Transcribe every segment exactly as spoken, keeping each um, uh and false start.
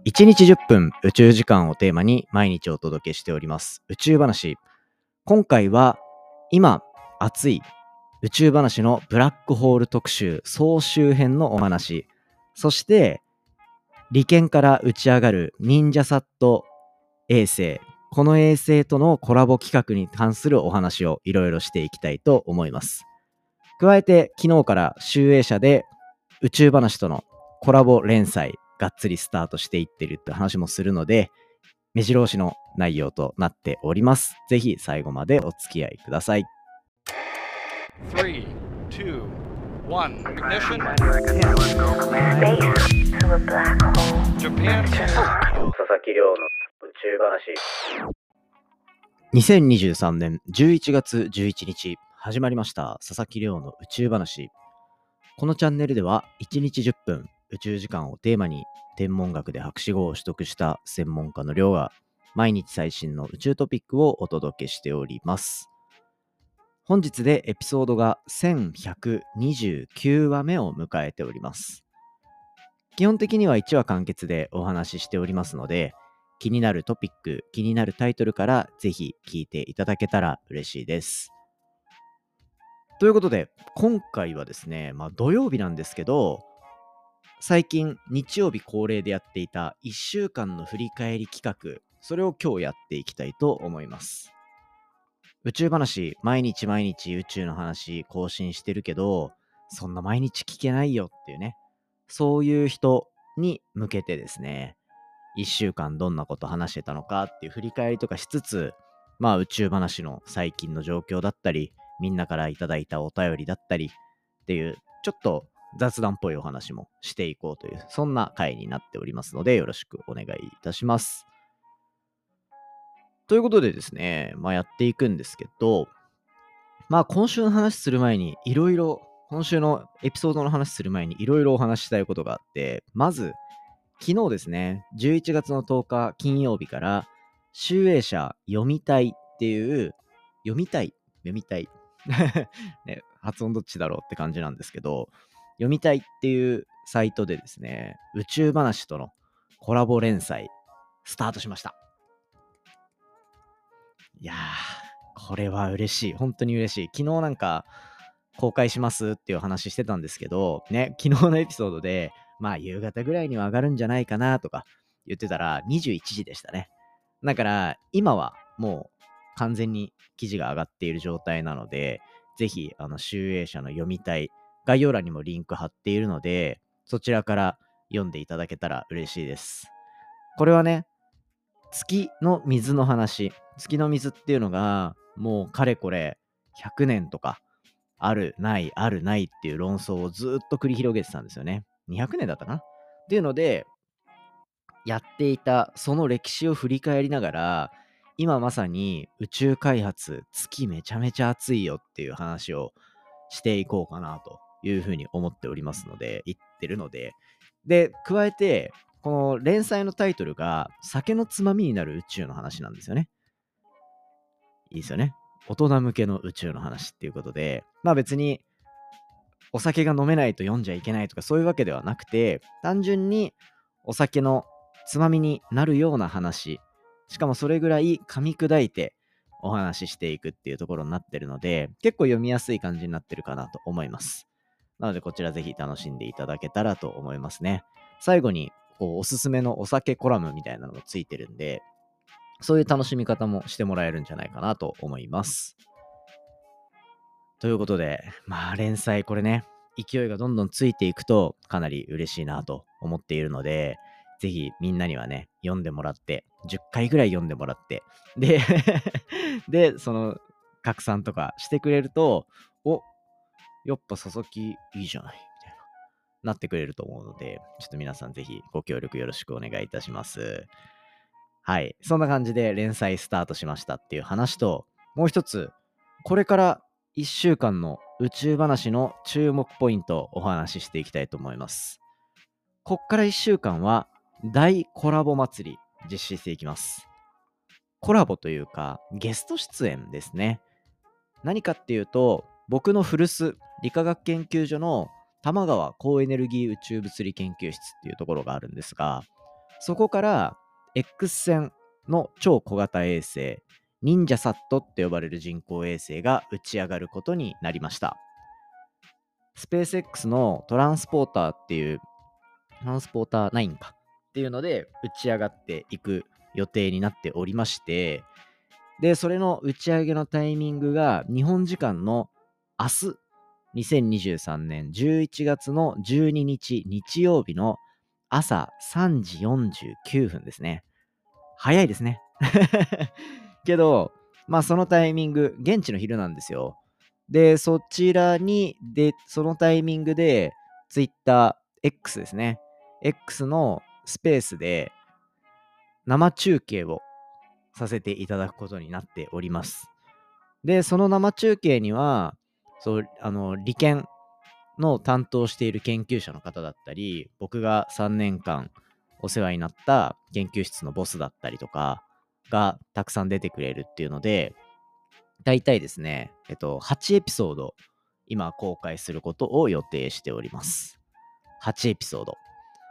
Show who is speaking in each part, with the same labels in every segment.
Speaker 1: いちにちじゅっぷん宇宙時間をテーマに毎日お届けしております宇宙話。今回は今熱い宇宙話のブラックホール特集総集編のお話、そして理研から打ち上がる忍者サット衛星、この衛星とのコラボ企画に関するお話をいろいろしていきたいと思います。加えて昨日から集英社で宇宙話とのコラボ連載がっつりスタートしていってるって話もするので、目白押しの内容となっております。ぜひ最後までお付き合いください。
Speaker 2: さん、に、いち、ignition. Japan.
Speaker 1: 佐々木亮の宇宙話。にせんにじゅうさんねんじゅういちがつじゅういちにち始まりました佐々木亮の宇宙話。このチャンネルではいちにちじゅっぷん宇宙時間をテーマに天文学で博士号を取得した専門家の亮が毎日最新の宇宙トピックをお届けしております。本日でエピソードがせんひゃくにじゅうきゅうわめを迎えております。基本的にはいちわ完結でお話ししておりますので、気になるトピック、気になるタイトルからぜひ聞いていただけたら嬉しいです。ということで今回はですね、まあ土曜日なんですけど、最近日曜日恒例でやっていたいっしゅうかんの振り返り企画、それを今日やっていきたいと思います。宇宙話、毎日毎日宇宙の話更新してるけど、そんな毎日聞けないよっていうね、そういう人に向けてですね、いっしゅうかんどんなこと話してたのかっていう振り返りとかしつつ、まあ宇宙話の最近の状況だったり、みんなからいただいたお便りだったりっていうちょっと雑談っぽいお話もしていこうという、そんな回になっておりますのでよろしくお願いいたします。ということでですね、まあやっていくんですけど、まあ今週の話する前にいろいろ、今週のエピソードの話する前にいろいろお話ししたいことがあって、まず昨日ですね、じゅういちがつのとおか金曜日から集英社読みたいっていう、読みたい読みたいね、発音どっちだろうって感じなんですけど、読みたいっていうサイトでですね、宇宙話とのコラボ連載スタートしました。いやー、これは嬉しい。本当に嬉しい。昨日なんか公開しますっていう話してたんですけど、ね、昨日のエピソードで、まあ夕方ぐらいには上がるんじゃないかなとか言ってたらにじゅういちじでしたね。だから今はもう完全に記事が上がっている状態なので、ぜひあの集英社の読みたい、概要欄にもリンク貼っているので、そちらから読んでいただけたら嬉しいです。これはね、月の水の話、月の水っていうのがもうかれこれひゃくねんとかあるないあるないっていう論争をずっと繰り広げてたんですよね。にひゃくねんだったかなっていうのでやっていたその歴史を振り返りながら、今まさに宇宙開発、月めちゃめちゃ熱いよっていう話をしていこうかなというふうに思っておりますので、言ってるので、で、加えて、この連載のタイトルが酒のつまみになる宇宙の話なんですよね。いいですよね。大人向けの宇宙の話っていうことで、まあ別にお酒が飲めないと読んじゃいけないとかそういうわけではなくて、単純にお酒のつまみになるような話、しかもそれぐらい噛み砕いてお話ししていくっていうところになってるので、結構読みやすい感じになってるかなと思います。なのでこちらぜひ楽しんでいただけたらと思いますね。最後にこうおすすめのお酒コラムみたいなのもついてるんで、そういう楽しみ方もしてもらえるんじゃないかなと思います。ということで、まあ連載これね、勢いがどんどんついていくとかなり嬉しいなと思っているので、ぜひみんなにはね、読んでもらって、じゅっかいぐらい読んでもらって、で、で、その拡散とかしてくれると、お、やっぱ佐々木いいじゃない、みたいな、なってくれると思うので、ちょっと皆さんぜひご協力よろしくお願いいたします。はい。そんな感じで連載スタートしましたっていう話と、もう一つ、これからいっしゅうかんの宇宙話の注目ポイントをお話ししていきたいと思います。こっからいっしゅうかんは大コラボ祭り実施していきます。コラボというかゲスト出演ですね。何かっていうと、僕の古巣理化学研究所の玉川高エネルギー宇宙物理研究室っていうところがあるんですが、 そこから X 線の超小型衛星忍者サットって呼ばれる人工衛星が打ち上がることになりました。スペース X のトランスポーターっていうトランスポーターナインかっていうので打ち上がっていく予定になっておりまして、でそれの打ち上げのタイミングが日本時間の明日にせんにじゅうさんねんじゅういちがつのじゅうににち日曜日の朝さんじよんじゅうきゅうふんですね。早いですねけどまあそのタイミング現地の昼なんですよ。でそちらにでそのタイミングで Twitter X ですね X のスペースで生中継をさせていただくことになっております。でその生中継にはそうあの理研の担当している研究者の方だったり、僕がさんねんかんお世話になった研究室のボスだったりとかがたくさん出てくれるっていうので、大体ですね、えっと、はちエピソード今公開することを予定しております。はちエピソード。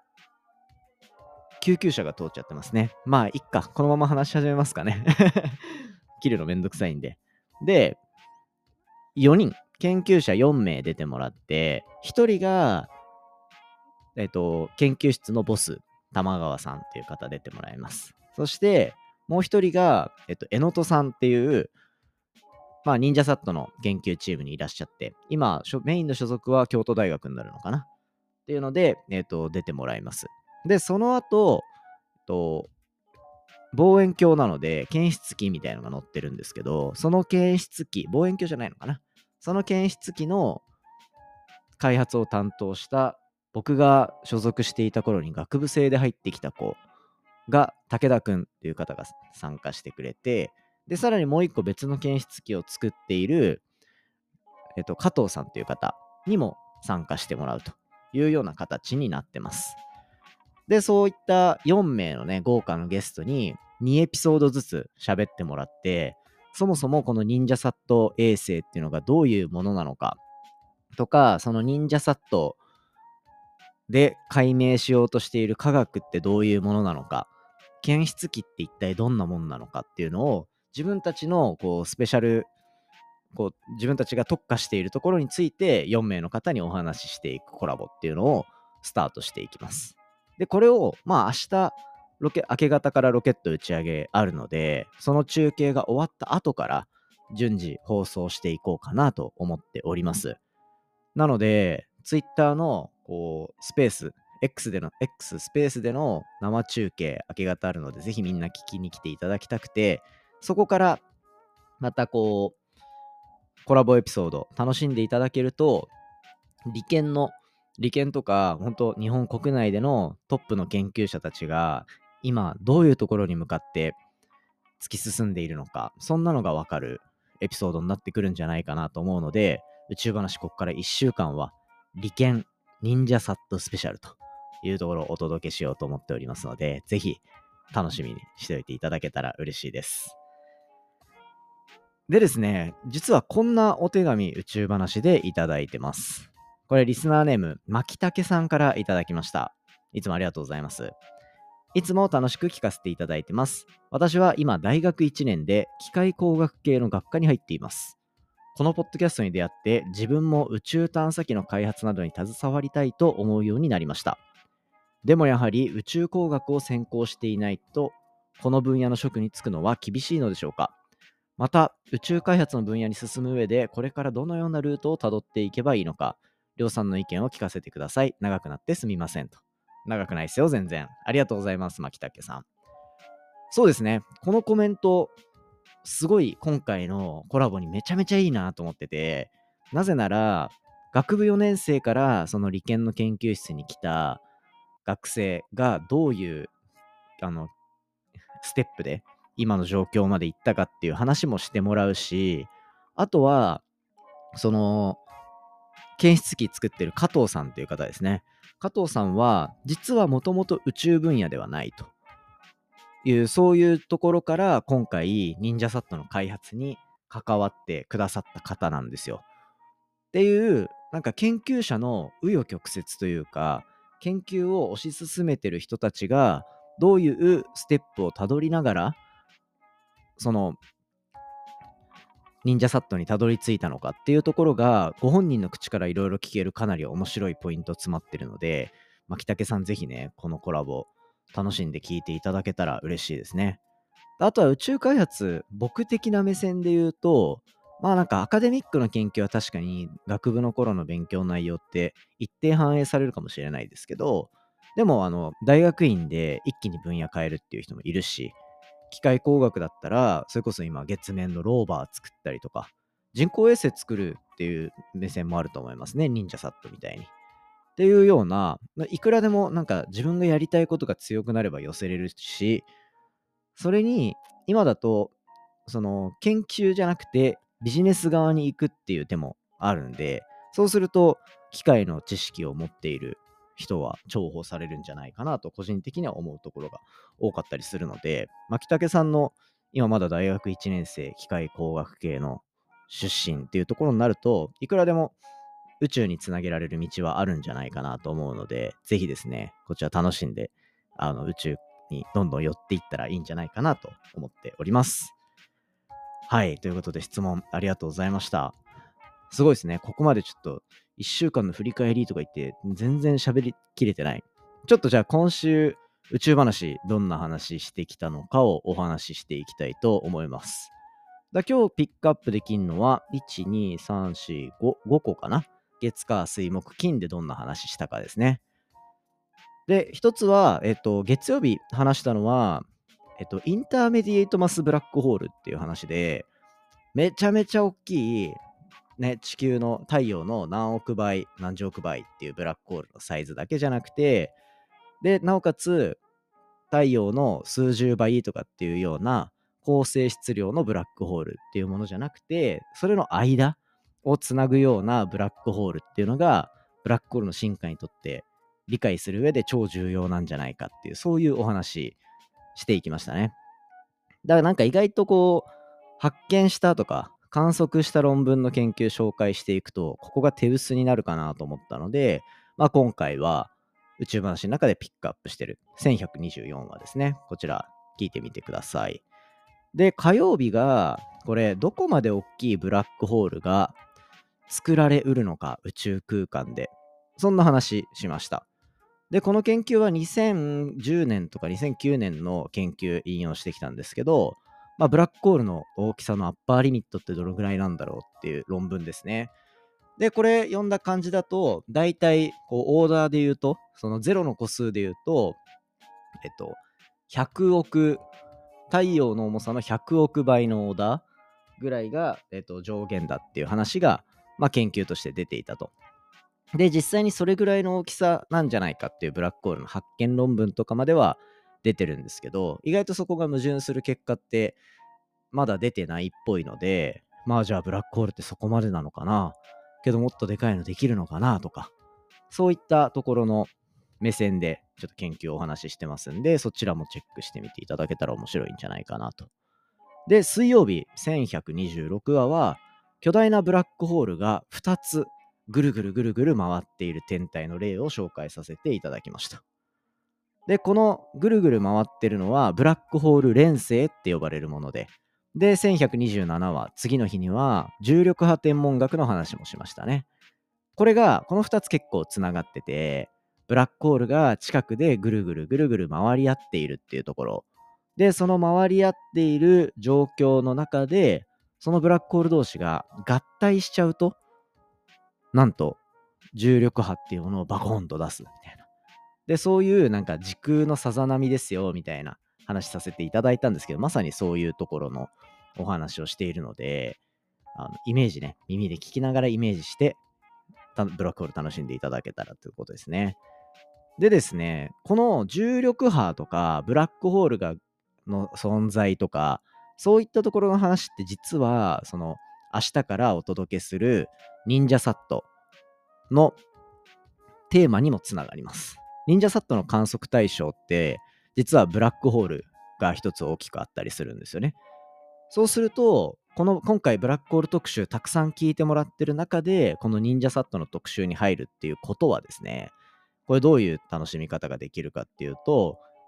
Speaker 1: 救急車が通っちゃってますね。まあ、いっか。このまま話し始めますかね。切るのめんどくさいんで。で、よにん、研究者よんめい出てもらって、ひとりが、えっと、研究室のボス、玉川さんっていう方出てもらいます。そして、もうひとりが、えっと、えのとさんっていう、まあ、忍者サットの研究チームにいらっしゃって、今、メインの所属は京都大学になるのかなっていうので、えっと、出てもらいます。で、その後、えっと、望遠鏡なので、検出器みたいなのが載ってるんですけど、その検出器、望遠鏡じゃないのかなその検出器の開発を担当した僕が所属していた頃に学部生で入ってきた子が武田くんっていう方が参加してくれて、でさらにもう一個別の検出器を作っている、えっと、加藤さんっていう方にも参加してもらうというような形になってます。でそういったよんめいのね豪華なゲストににエピソードずつ喋ってもらって、そもそもこの忍者サット衛星っていうのがどういうものなのかとか、その忍者サットで解明しようとしている科学ってどういうものなのか、検出器って一体どんなもんなのかっていうのを自分たちのこうスペシャルこう自分たちが特化しているところについてよんめいの方にお話ししていくコラボっていうのをスタートしていきます。でこれをまあ明日ロケ明け方からロケット打ち上げあるので、その中継が終わった後から順次放送していこうかなと思っております。なので Twitter のこうスペース X での X スペースでの生中継明け方あるので、ぜひみんな聞きに来ていただきたくて、そこからまたこうコラボエピソード楽しんでいただけると、理研の理研とか本当日本国内でのトップの研究者たちが今どういうところに向かって突き進んでいるのか、そんなのがわかるエピソードになってくるんじゃないかなと思うので、宇宙話ここからいっしゅうかんは理研忍者サットスペシャルというところをお届けしようと思っておりますので、ぜひ楽しみにしておいていただけたら嬉しいです。でですね、実はこんなお手紙宇宙話でいただいてます。これリスナーネームまきたけさんからいただきました。いつもありがとうございます。いつも楽しく聞かせていただいてます。私は今大学いちねんで機械工学系の学科に入っています。このポッドキャストに出会って自分も宇宙探査機の開発などに携わりたいと思うようになりました。でもやはり宇宙工学を専攻していないとこの分野の職に就くのは厳しいのでしょうか。また宇宙開発の分野に進む上でこれからどのようなルートをたどっていけばいいのか、りょうさんの意見を聞かせてください。長くなってすみませんと。長くないですよ全然。ありがとうございます、牧武さん。そうですね、このコメントすごい今回のコラボにめちゃめちゃいいなと思ってて、なぜなら学部よねんせいからその理研の研究室に来た学生がどういうあのステップで今の状況まで行ったかっていう話もしてもらうし、あとはその検出器作ってる加藤さんっていう方ですね。加藤さんは実はもともと宇宙分野ではないという、そういうところから今回忍者サットの開発に関わってくださった方なんですよ。っていうなんか研究者の紆余曲折というか、研究を推し進めてる人たちがどういうステップをたどりながらその忍者サットにたどり着いたのかっていうところがご本人の口からいろいろ聞けるかなり面白いポイント詰まってるので、牧武さんぜひねこのコラボ楽しんで聞いていただけたら嬉しいですね。あとは宇宙開発、僕的な目線で言うと、まあなんかアカデミックな研究は確かに学部の頃の勉強の内容って一定反映されるかもしれないですけど、でもあの大学院で一気に分野変えるっていう人もいるし、機械工学だったらそれこそ今月面のローバー作ったりとか、人工衛星作るっていう目線もあると思いますね、忍者サットみたいに。っていうような、いくらでもなんか自分がやりたいことが強くなれば寄せれるし、それに今だとその研究じゃなくてビジネス側に行くっていう手もあるんで、そうすると機械の知識を持っている人は重宝されるんじゃないかなと個人的には思うところが多かったりするので、牧武さんの今まだ大学いちねん生機械工学系の出身っていうところになると、いくらでも宇宙につなげられる道はあるんじゃないかなと思うので、ぜひですねこちら楽しんであの宇宙にどんどん寄っていったらいいんじゃないかなと思っております。はい、ということで質問ありがとうございました。すごいですね。ここまでちょっといっしゅうかんの振り返りとか言って全然喋りきれてない。ちょっとじゃあ今週宇宙話どんな話してきたのかをお話ししていきたいと思います。だ今日ピックアップできるのは、いち、に、さん、し、ご、ごこかな。月、火、水、木、金でどんな話したかですね。で、一つは、えっと、月曜日話したのは、えっと、インターメディエイトマスブラックホールっていう話で、めちゃめちゃ大きい、ね、地球の太陽の何億倍、何十億倍っていうブラックホールのサイズだけじゃなくて、で、なおかつ、太陽の数十倍とかっていうような高性質量のブラックホールっていうものじゃなくて、それの間をつなぐようなブラックホールっていうのが、ブラックホールの進化にとって理解する上で超重要なんじゃないかっていう、そういうお話していきましたね。だからなんか意外とこう、発見したとか観測した論文の研究紹介していくと、ここが手薄になるかなと思ったので、まあ今回は宇宙話の中でピックアップしてるせんひゃくにじゅうよんわですね。こちら聞いてみてください。で、火曜日が、これどこまで大きいブラックホールが作られうるのか、宇宙空間で。そんな話しました。で、この研究はにせんじゅうねんとかにせんきゅうねんの研究引用してきたんですけど、まあ、ブラックホールの大きさのアッパーリミットってどのぐらいなんだろうっていう論文ですね。で、これ読んだ感じだと、だいたいこうオーダーで言うと、そのゼロの個数で言うと、えっと、ひゃくおく、太陽の重さのひゃくおくばいのオーダーぐらいが、えっと、上限だっていう話が、まあ、研究として出ていたと。で、実際にそれぐらいの大きさなんじゃないかっていうブラックホールの発見論文とかまでは出てるんですけど、意外とそこが矛盾する結果ってまだ出てないっぽいので、まあじゃあブラックホールってそこまでなのかな、けどもっとでかいのできるのかなとか、そういったところの目線でちょっと研究をお話ししてますんで、そちらもチェックしてみていただけたら面白いんじゃないかなと。で、水曜日せんひゃくにじゅうろくわは、巨大なブラックホールがふたつぐるぐるぐるぐる回っている天体の例を紹介させていただきました。で、このぐるぐる回ってるのはブラックホール連星って呼ばれるもので、で、せんひゃくにじゅうななわ、次の日には重力波天文学の話もしましたね。これが、このふたつ結構つながってて、ブラックホールが近くでぐるぐるぐるぐる回り合っているっていうところ。で、その回り合っている状況の中で、そのブラックホール同士が合体しちゃうと、なんと重力波っていうものをバコーンと出すみたいな。で、そういうなんか時空のさざ波ですよみたいな話させていただいたんですけど、まさにそういうところのお話をしているので、あのイメージね、耳で聞きながらイメージしてブラックホール楽しんでいただけたらということですね。でですね、この重力波とかブラックホールがの存在とか、そういったところの話って実はその明日からお届けする忍者サットのテーマにもつながります。忍者サットの観測対象って実はブラックホールが一つ大きくあったりするんですよね。そうするとこの今回ブラックホール特集たくさん聞いてもらってる中で、この忍者サットの特集に入るっていうことはですね、これどういう楽しみ方ができるかっていうと、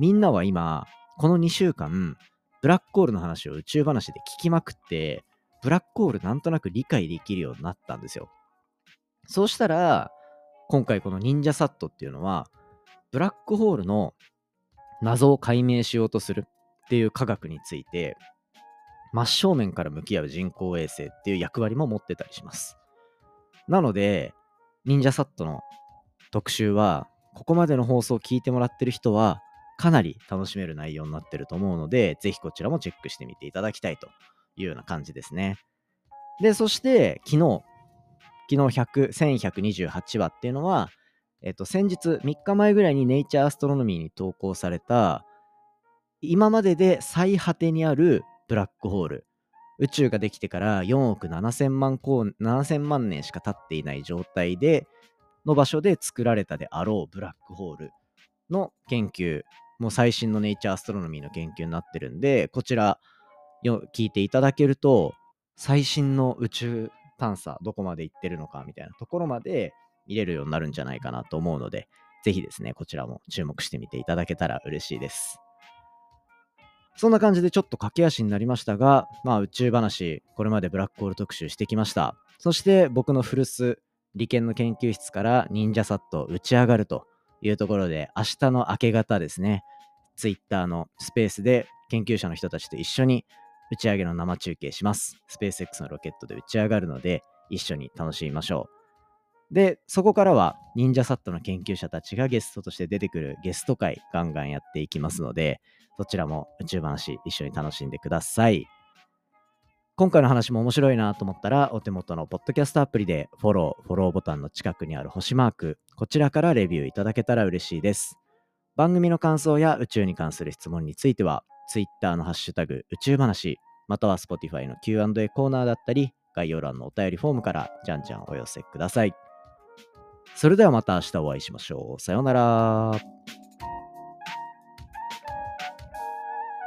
Speaker 1: みんなは今、このにしゅうかん、ブラックホールの話を宇宙話で聞きまくって、ブラックホールなんとなく理解できるようになったんですよ。そうしたら、今回この忍者サットっていうのは、ブラックホールの謎を解明しようとするっていう科学について、真正面から向き合う人工衛星っていう役割も持ってたりします。なので、忍者サットの特集は、ここまでの放送を聞いてもらってる人は、かなり楽しめる内容になってると思うので、ぜひこちらもチェックしてみていただきたいというような感じですね。で、そして昨日、昨日ひゃく、せんひゃくにじゅうはちわっていうのは、えっと、先日みっかまえぐらいにネイチャーアストロノミーに投稿された、今までで最果てにあるブラックホール。宇宙ができてからよんおくななせんまん光ななせんまん年しか経っていない状態での場所で作られたであろうブラックホールの研究、もう最新のネイチャーアストロノミーの研究になってるんで、こちらよ聞いていただけると、最新の宇宙探査どこまで行ってるのかみたいなところまで見れるようになるんじゃないかなと思うので、ぜひですね、こちらも注目してみていただけたら嬉しいです。そんな感じでちょっと駆け足になりましたが、まあ宇宙話、これまでブラックホール特集してきました。そして僕の古巣、理研の研究室から忍者サット打ち上がるというところで、明日の明け方ですね、ツイッターのスペースで研究者の人たちと一緒に打ち上げの生中継します。スペース X のロケットで打ち上がるので、一緒に楽しみましょう。で、そこからは忍者サットの研究者たちがゲストとして出てくるゲスト会ガンガンやっていきますので、そちらも宇宙話一緒に楽しんでください。今回の話も面白いなと思ったら、お手元のポッドキャストアプリでフォロー、フォローボタンの近くにある星マーク、こちらからレビューいただけたら嬉しいです。番組の感想や宇宙に関する質問については、Twitter のハッシュタグ宇宙話、または Spotify の キューアンドエー コーナーだったり、概要欄のお便りフォームからじゃんじゃんお寄せください。それではまた明日お会いしましょう。さようなら。